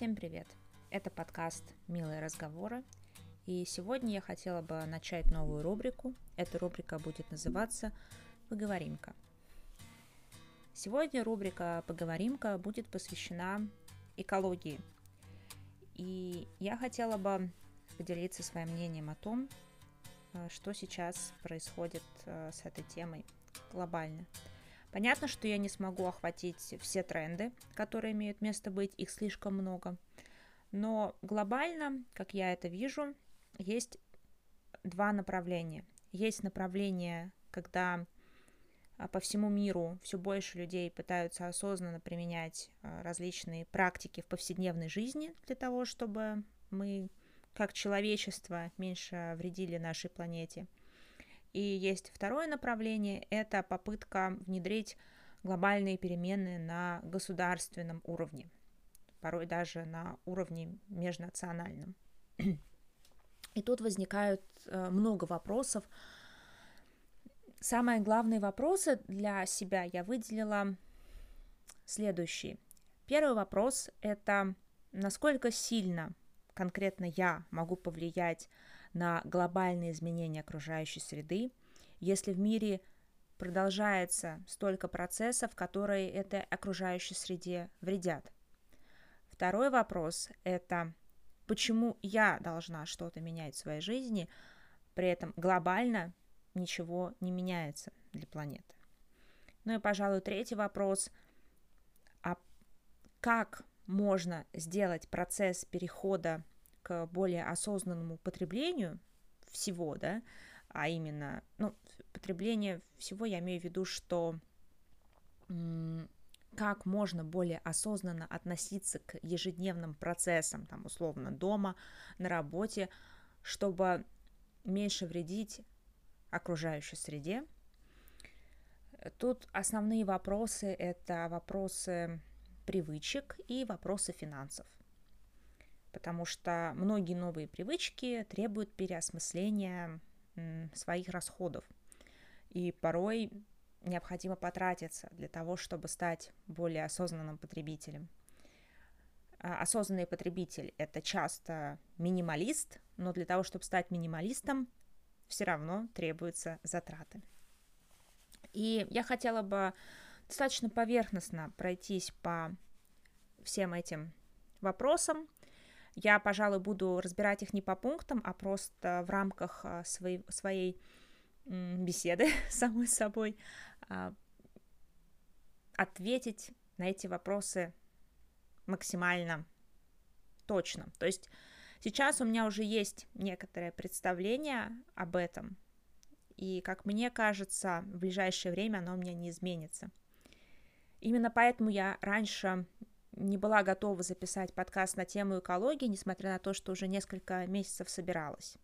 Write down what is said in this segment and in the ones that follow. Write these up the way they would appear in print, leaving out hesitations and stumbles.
Всем привет! Это подкаст «Милые разговоры», и сегодня я хотела бы начать новую рубрику. Эта рубрика будет называться «Поговоримка». Сегодня рубрика «Поговоримка» будет посвящена экологии, и я хотела бы поделиться своим мнением о том, что сейчас происходит с этой темой глобально. Понятно, что я не смогу охватить все тренды, которые имеют место быть, их слишком много. Но глобально, как я это вижу, есть два направления. Есть направление, когда по всему миру все больше людей пытаются осознанно применять различные практики в повседневной жизни для того, чтобы мы, как человечество, меньше вредили нашей планете. И есть второе направление – это попытка внедрить глобальные перемены на государственном уровне, порой даже на уровне межнациональном. И тут возникают много вопросов. Самые главные вопросы для себя я выделила следующие. Первый вопрос – это насколько сильно конкретно я могу повлиять на глобальные изменения окружающей среды, если в мире продолжается столько процессов, которые этой окружающей среде вредят. Второй вопрос – это почему я должна что-то менять в своей жизни, при этом глобально ничего не меняется для планеты. Ну и, пожалуй, третий вопрос – а как можно сделать процесс перехода к более осознанному потреблению всего, да, а именно, потребление всего я имею в виду, что как можно более осознанно относиться к ежедневным процессам, там, условно, дома, на работе, чтобы меньше вредить окружающей среде. Тут основные вопросы – это вопросы привычек и вопросы финансов. Потому что многие новые привычки требуют переосмысления своих расходов. И порой необходимо потратиться для того, чтобы стать более осознанным потребителем. Осознанный потребитель – это часто минималист, но для того, чтобы стать минималистом, все равно требуются затраты. И я хотела бы достаточно поверхностно пройтись по всем этим вопросам. Я, пожалуй, буду разбирать их не по пунктам, а просто в рамках своей беседы с самой собой ответить на эти вопросы максимально точно. То есть сейчас у меня уже есть некоторое представление об этом, и, как мне кажется, в ближайшее время оно у меня не изменится. Именно поэтому я раньше не была готова записать подкаст на тему экологии, несмотря на то, что уже несколько месяцев собиралась.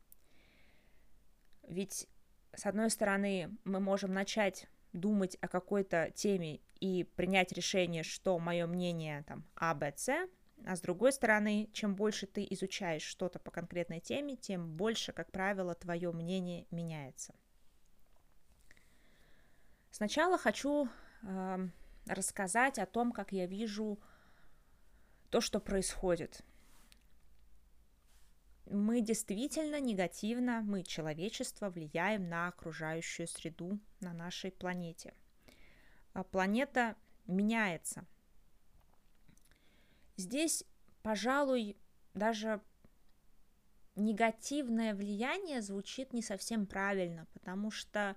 Ведь, с одной стороны, мы можем начать думать о какой-то теме и принять решение, что мое мнение там А, Б, С, а с другой стороны, чем больше ты изучаешь что-то по конкретной теме, тем больше, как правило, твое мнение меняется. Сначала хочу рассказать о том, как я вижу то, что происходит. Мы действительно негативно, мы, человечество, влияем на окружающую среду на нашей планете. Планета меняется. Здесь, пожалуй, даже негативное влияние звучит не совсем правильно, потому что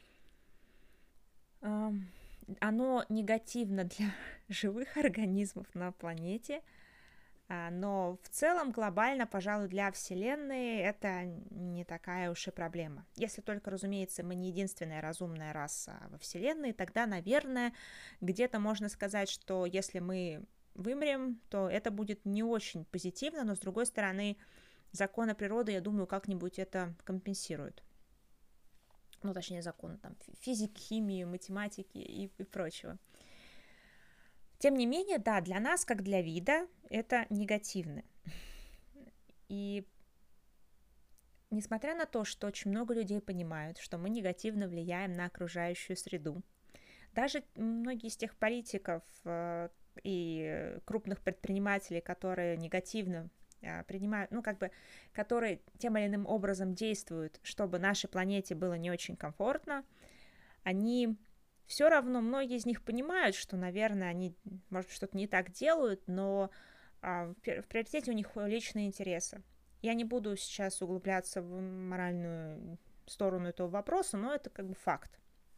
оно негативно для живых организмов на планете, но в целом глобально, пожалуй, для Вселенной это не такая уж и проблема. Если только, разумеется, мы не единственная разумная раса во Вселенной, тогда, наверное, где-то можно сказать, что если мы вымрем, то это будет не очень позитивно, но, с другой стороны, законы природы, я думаю, как-нибудь это компенсируют. Точнее, законы там физики, химии, математики и прочего. Тем не менее, да, для нас, как для вида, это негативно. И несмотря на то, что очень много людей понимают, что мы негативно влияем на окружающую среду, даже многие из тех политиков, и крупных предпринимателей, которые негативно принимают, которые тем или иным образом действуют, чтобы нашей планете было не очень комфортно, они все равно, многие из них понимают, что, наверное, они, может, что-то не так делают, но в приоритете у них личные интересы. Я не буду сейчас углубляться в моральную сторону этого вопроса, но это факт.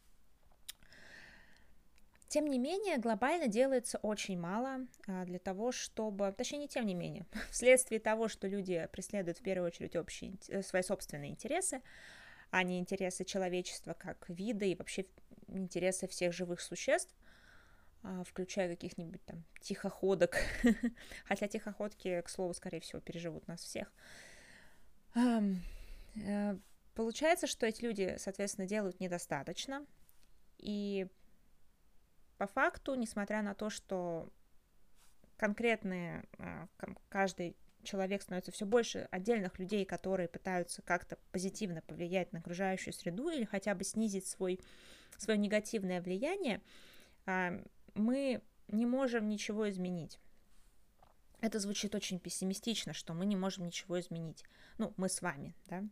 Тем не менее, глобально делается очень мало для того, чтобы... Точнее, не тем не менее. Вследствие того, что люди преследуют в первую очередь свои собственные интересы, а не интересы человечества как вида и вообще интересы всех живых существ, включая каких-нибудь там тихоходок. Хотя тихоходки, к слову, скорее всего, переживут нас всех. Получается, что эти люди, соответственно, делают недостаточно. И по факту, несмотря на то, что каждый человек становится все больше отдельных людей, которые пытаются как-то позитивно повлиять на окружающую среду или хотя бы снизить свое негативное влияние, мы не можем ничего изменить. Это звучит очень пессимистично, что мы не можем ничего изменить. Мы с вами, да.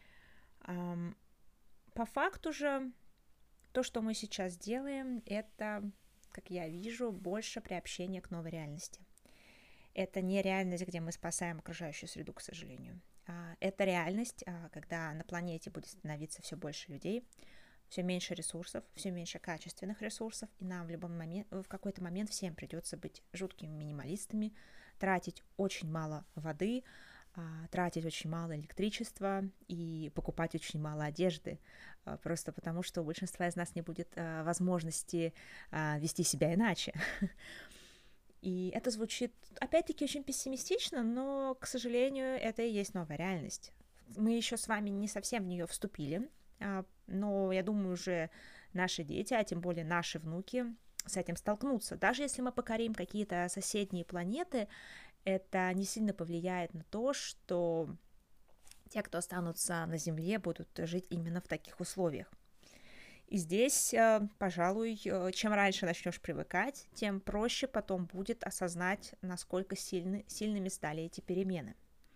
По факту же, то, что мы сейчас делаем, это, как я вижу, больше приобщение к новой реальности. Это не реальность, где мы спасаем окружающую среду, к сожалению. Это реальность, когда на планете будет становиться все больше людей, все меньше ресурсов, все меньше качественных ресурсов, и нам в какой-то момент всем придется быть жуткими минималистами, тратить очень мало воды, тратить очень мало электричества и покупать очень мало одежды, просто потому что у большинства из нас не будет возможности вести себя иначе. И это звучит, опять-таки, очень пессимистично, но, к сожалению, это и есть новая реальность. Мы еще с вами не совсем в нее вступили, но я думаю, уже наши дети, а тем более наши внуки, с этим столкнутся. Даже если мы покорим какие-то соседние планеты, это не сильно повлияет на то, что те, кто останутся на Земле, будут жить именно в таких условиях. И здесь, пожалуй, чем раньше начнешь привыкать, тем проще потом будет осознать, насколько сильными стали эти перемены.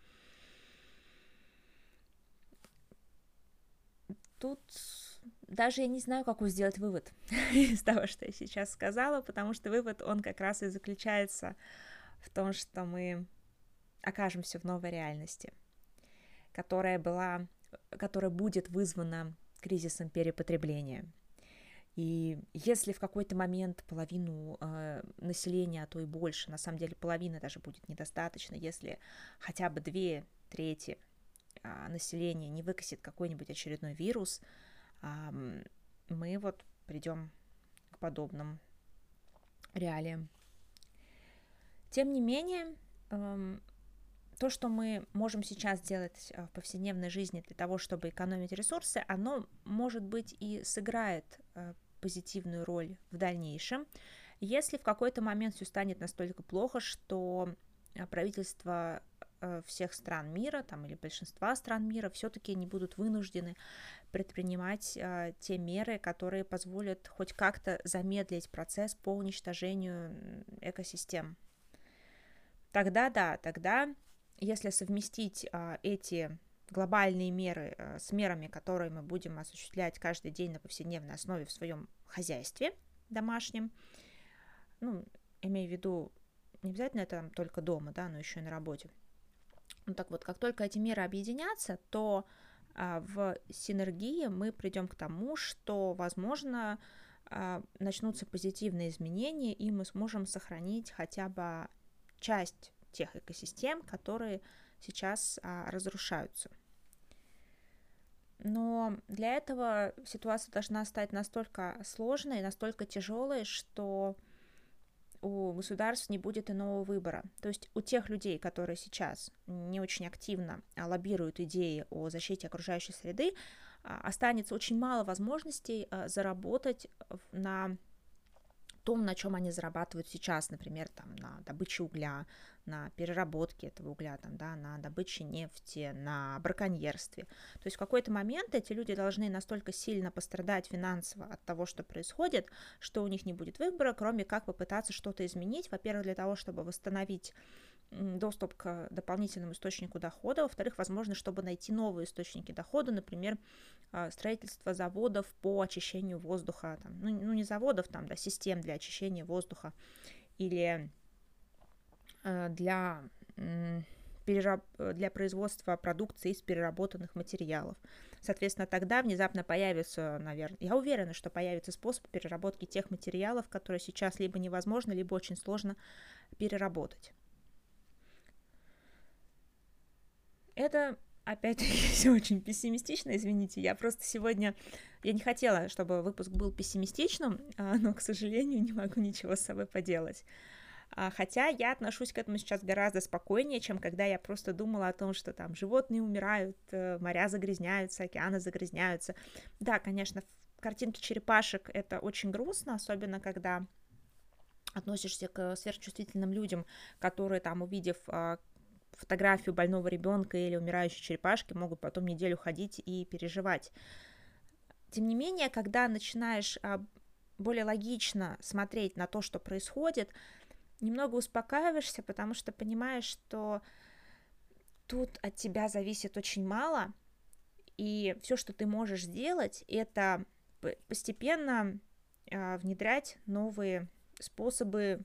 Тут даже я не знаю, какой сделать вывод из того, что я сейчас сказала, потому что вывод, он как раз и заключается в том, что мы окажемся в новой реальности, которая будет вызвана кризисом перепотребления. И если в какой-то момент половину населения, а то и больше, на самом деле половины даже будет недостаточно, если хотя бы 2/3 населения не выкосит какой-нибудь очередной вирус, мы придем к подобным реалиям. Тем не менее, то, что мы можем сейчас делать в повседневной жизни для того, чтобы экономить ресурсы, оно, может быть, и сыграет позитивную роль в дальнейшем, если в какой-то момент все станет настолько плохо, что правительства всех стран мира, или большинства стран мира, все-таки не будут вынуждены предпринимать те меры, которые позволят хоть как-то замедлить процесс по уничтожению экосистем. Тогда, если совместить эти глобальные меры с мерами, которые мы будем осуществлять каждый день на повседневной основе в своем хозяйстве домашнем, имею в виду, не обязательно это только дома, но еще и на работе. Как только эти меры объединятся, то в синергии мы придем к тому, что, возможно, начнутся позитивные изменения, и мы сможем сохранить хотя бы часть тех экосистем, которые сейчас разрушаются. Но для этого ситуация должна стать настолько сложной, настолько тяжелой, что у государств не будет иного выбора. То есть у тех людей, которые сейчас не очень активно лоббируют идеи о защите окружающей среды, останется очень мало возможностей заработать на том, на чем они зарабатывают сейчас, например, там, на добыче угля, на переработке этого угля, там, да, на добыче нефти, на браконьерстве. То есть в какой-то момент эти люди должны настолько сильно пострадать финансово от того, что происходит, что у них не будет выбора, кроме как попытаться что-то изменить. Во-первых, для того, чтобы восстановить доступ к дополнительному источнику дохода, во-вторых, возможно, чтобы найти новые источники дохода, например, строительство заводов по очищению воздуха, там, ну не заводов, там, да, систем для очищения воздуха или для производства продукции из переработанных материалов. Соответственно, тогда внезапно появится, наверное, я уверена, что появится способ переработки тех материалов, которые сейчас либо невозможно, либо очень сложно переработать. Это, опять-таки, все очень пессимистично, извините. Я просто сегодня... Я не хотела, чтобы выпуск был пессимистичным, но, к сожалению, не могу ничего с собой поделать. Хотя я отношусь к этому сейчас гораздо спокойнее, чем когда я просто думала о том, что там животные умирают, моря загрязняются, океаны загрязняются. Да, конечно, картинки черепашек — это очень грустно, особенно когда относишься к сверхчувствительным людям, которые там, увидев фотографию больного ребенка или умирающей черепашки, могут потом неделю ходить и переживать. Тем не менее, когда начинаешь более логично смотреть на то, что происходит, немного успокаиваешься, потому что понимаешь, что тут от тебя зависит очень мало, и все, что ты можешь сделать, это постепенно внедрять новые способы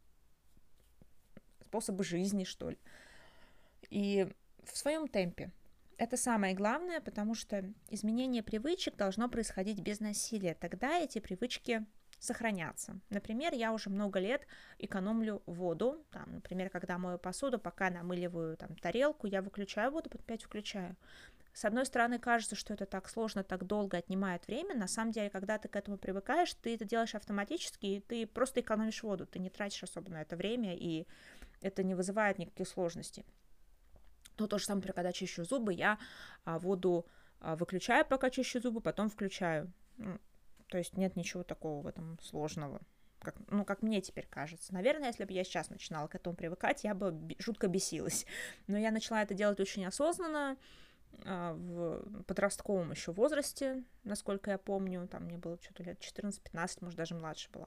жизни, что ли. И в своем темпе. Это самое главное, потому что изменение привычек должно происходить без насилия. Тогда эти привычки сохранятся. Например, я уже много лет экономлю воду. Там, например, когда мою посуду, пока намыливаю там, тарелку, я выключаю воду, потом опять включаю. С одной стороны, кажется, что это так сложно, так долго отнимает время. На самом деле, когда ты к этому привыкаешь, ты это делаешь автоматически, и ты просто экономишь воду. Ты не тратишь особо на это время, и это не вызывает никаких сложностей. Ну, то же самое, например, когда чищу зубы, я воду выключаю, пока чищу зубы, потом включаю. То есть нет ничего такого в этом сложного, как мне теперь кажется. Наверное, если бы я сейчас начинала к этому привыкать, я бы жутко бесилась. Но я начала это делать очень осознанно, в подростковом еще возрасте, насколько я помню. Там мне было что-то лет 14-15, может, даже младше была.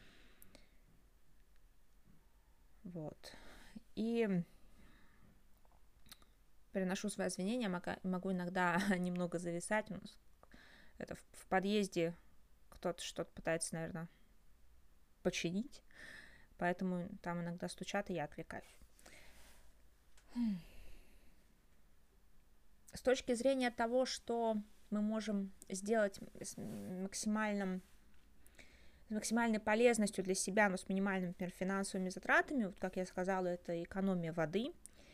Вот. И... приношу свои извинения, могу иногда немного зависать. У нас это в подъезде кто-то что-то пытается, наверное, починить, поэтому там иногда стучат, и я отвлекаюсь. С точки зрения того, что мы можем сделать с максимальной полезностью для себя, но с минимальными, например, финансовыми затратами, вот как я сказала, это экономия воды,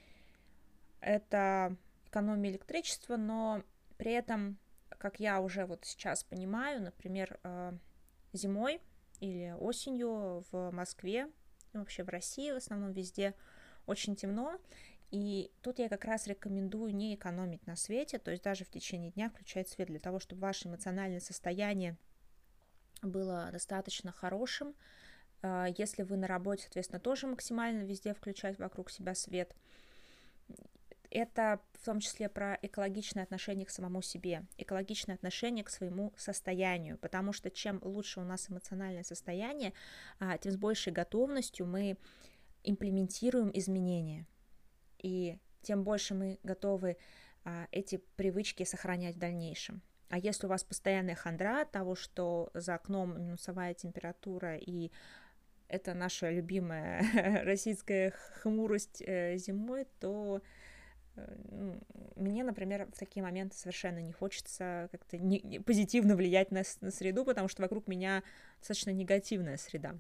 это экономия электричества, но при этом, как я уже вот сейчас понимаю, например, зимой или осенью в Москве, вообще в России в основном везде очень темно, и тут я как раз рекомендую не экономить на свете, то есть даже в течение дня включать свет для того, чтобы ваше эмоциональное состояние было достаточно хорошим. Если вы на работе, соответственно, тоже максимально везде включать вокруг себя свет. Это в том числе про экологичное отношение к самому себе, экологичное отношение к своему состоянию, потому что чем лучше у нас эмоциональное состояние, тем с большей готовностью мы имплементируем изменения, и тем больше мы готовы эти привычки сохранять в дальнейшем. А если у вас постоянная хандра от того, что за окном минусовая температура и это наша любимая российская хмурость зимой, то мне, например, в такие моменты совершенно не хочется как-то позитивно влиять на среду, потому что вокруг меня достаточно негативная среда.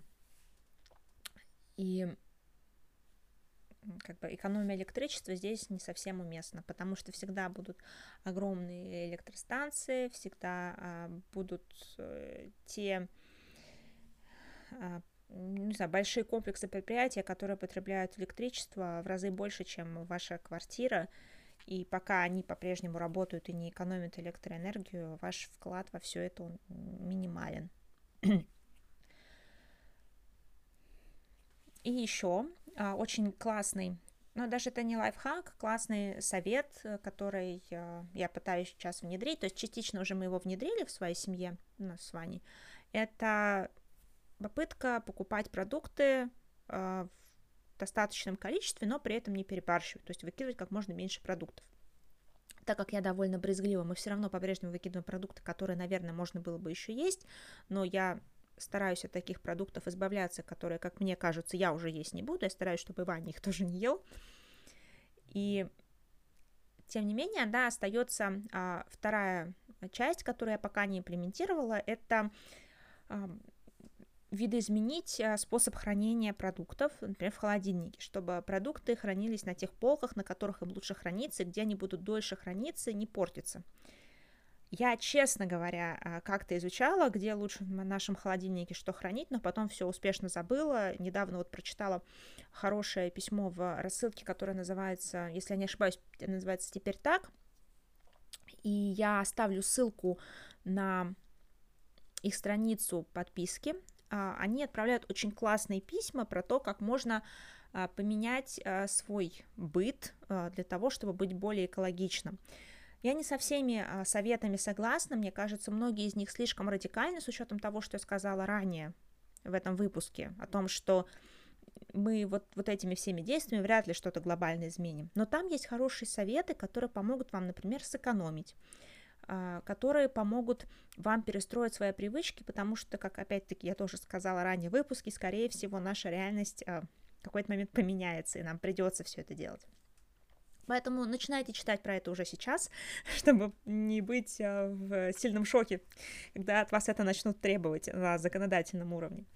И как бы экономия электричества здесь не совсем уместна, потому что всегда будут огромные электростанции, всегда будут те не знаю, большие комплексы предприятия, которые потребляют электричество в разы больше, чем ваша квартира, и пока они по-прежнему работают и не экономят электроэнергию, ваш вклад во все это минимален. И еще очень классный, но даже это не лайфхак, классный совет, который я пытаюсь сейчас внедрить, то есть частично уже мы его внедрили в своей семье, у нас с Ваней, это попытка покупать продукты в достаточном количестве, но при этом не перебарщивать, то есть выкидывать как можно меньше продуктов. Так как я довольно брезглива, мы все равно по-прежнему выкидываем продукты, которые, наверное, можно было бы еще есть, но я стараюсь от таких продуктов избавляться, которые, как мне кажется, я уже есть не буду, я стараюсь, чтобы Ваня их тоже не ел. И тем не менее, да, остается вторая часть, которую я пока не имплементировала, это видоизменить способ хранения продуктов, например, в холодильнике, чтобы продукты хранились на тех полках, на которых им лучше храниться, и где они будут дольше храниться и не портиться. Я, честно говоря, как-то изучала, где лучше в нашем холодильнике что хранить, но потом все успешно забыла. Недавно вот прочитала хорошее письмо в рассылке, которое называется, если я не ошибаюсь, называется «Теперь так». И я оставлю ссылку на их страницу подписки. Они отправляют очень классные письма про то, как можно поменять свой быт для того, чтобы быть более экологичным. Я не со всеми советами согласна, мне кажется, многие из них слишком радикальны, с учетом того, что я сказала ранее в этом выпуске, о том, что мы вот этими всеми действиями вряд ли что-то глобально изменим. Но там есть хорошие советы, которые помогут вам, например, сэкономить, которые помогут вам перестроить свои привычки, потому что, как опять-таки я тоже сказала ранее в выпуске, скорее всего, наша реальность в какой-то момент поменяется, и нам придется все это делать. Поэтому начинайте читать про это уже сейчас, чтобы не быть в сильном шоке, когда от вас это начнут требовать на законодательном уровне.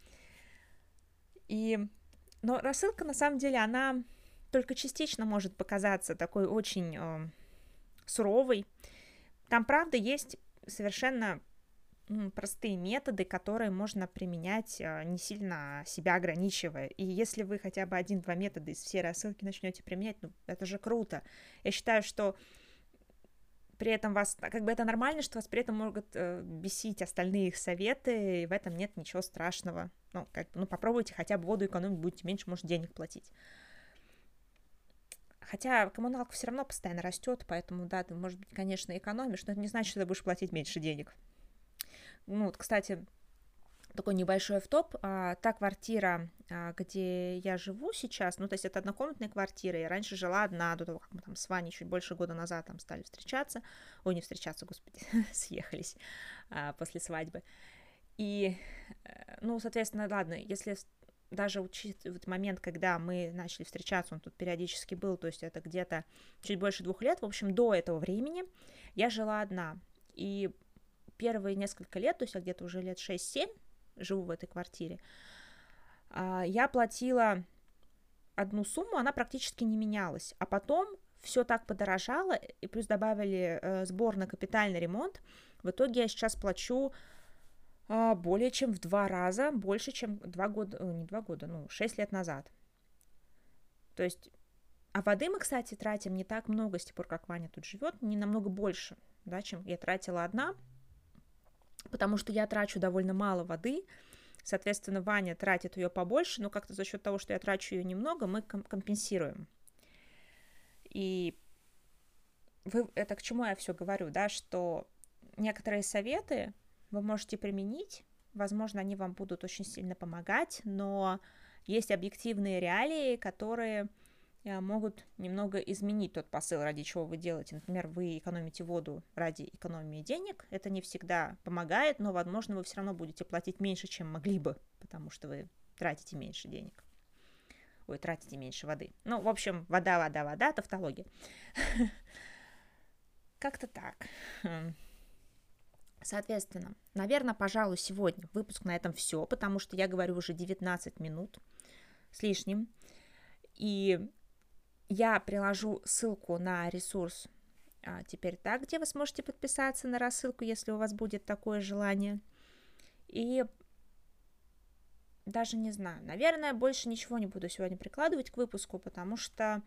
Но рассылка, на самом деле, она только частично может показаться такой очень суровой. Там, правда, есть совершенно простые методы, которые можно применять, не сильно себя ограничивая. И если вы хотя бы 1-2 метода из всей рассылки начнете применять, ну, это же круто. Я считаю, что при этом вас, как бы это нормально, что вас при этом могут бесить остальные их советы, и в этом нет ничего страшного. Ну, попробуйте хотя бы воду экономить, будете меньше, может, денег платить. Хотя коммуналка все равно постоянно растет, поэтому, да, ты, может быть, конечно, экономишь, но это не значит, что ты будешь платить меньше денег. Ну, вот, кстати, такой небольшой автоп. Та квартира, где я живу сейчас, ну, то есть это однокомнатная квартира, я раньше жила одна, до того, как мы там с Ваней чуть больше года назад там стали встречаться. Ой, не встречаться, господи, съехались после свадьбы. И, ну, соответственно, ладно, если даже учитывать момент, когда мы начали встречаться, он тут периодически был, то есть это где-то чуть больше 2 лет, в общем, до этого времени я жила одна. И первые несколько лет, то есть я где-то уже лет 6-7 живу в этой квартире, я платила одну сумму, она практически не менялась. А потом все так подорожало, и плюс добавили сбор на капитальный ремонт. В итоге я сейчас плачу более чем в 2 раза больше, чем 6 лет назад. То есть, а воды мы, кстати, тратим не так много с тех пор, как Ваня тут живет, не намного больше, да, чем я тратила одна, потому что я трачу довольно мало воды, соответственно, Ваня тратит ее побольше, но как-то за счет того, что я трачу ее немного, мы компенсируем. И это к чему я все говорю, да, что некоторые советы вы можете применить, возможно, они вам будут очень сильно помогать, но есть объективные реалии, которые могут немного изменить тот посыл, ради чего вы делаете. Например, вы экономите воду ради экономии денег. Это не всегда помогает, но, возможно, вы все равно будете платить меньше, чем могли бы, потому что вы тратите меньше денег. Ой, тратите меньше воды. Ну, в общем, вода, тавтология. Как-то так. Соответственно, наверное, пожалуй, сегодня выпуск на этом все, потому что я говорю уже 19 минут с лишним. И я приложу ссылку на ресурс «Теперь так», где вы сможете подписаться на рассылку, если у вас будет такое желание. И даже не знаю, наверное, больше ничего не буду сегодня прикладывать к выпуску, потому что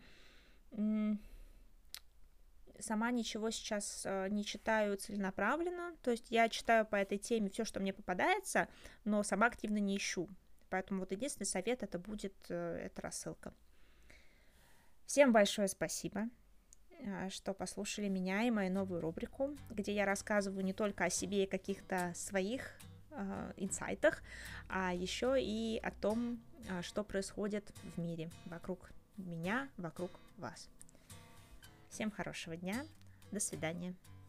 сама ничего сейчас не читаю целенаправленно, то есть я читаю по этой теме все, что мне попадается, но сама активно не ищу. Поэтому вот единственный совет это будет эта рассылка. Всем большое спасибо, что послушали меня и мою новую рубрику, где я рассказываю не только о себе и каких-то своих инсайтах, а еще и о том, что происходит в мире вокруг меня, вокруг вас. Всем хорошего дня, до свидания.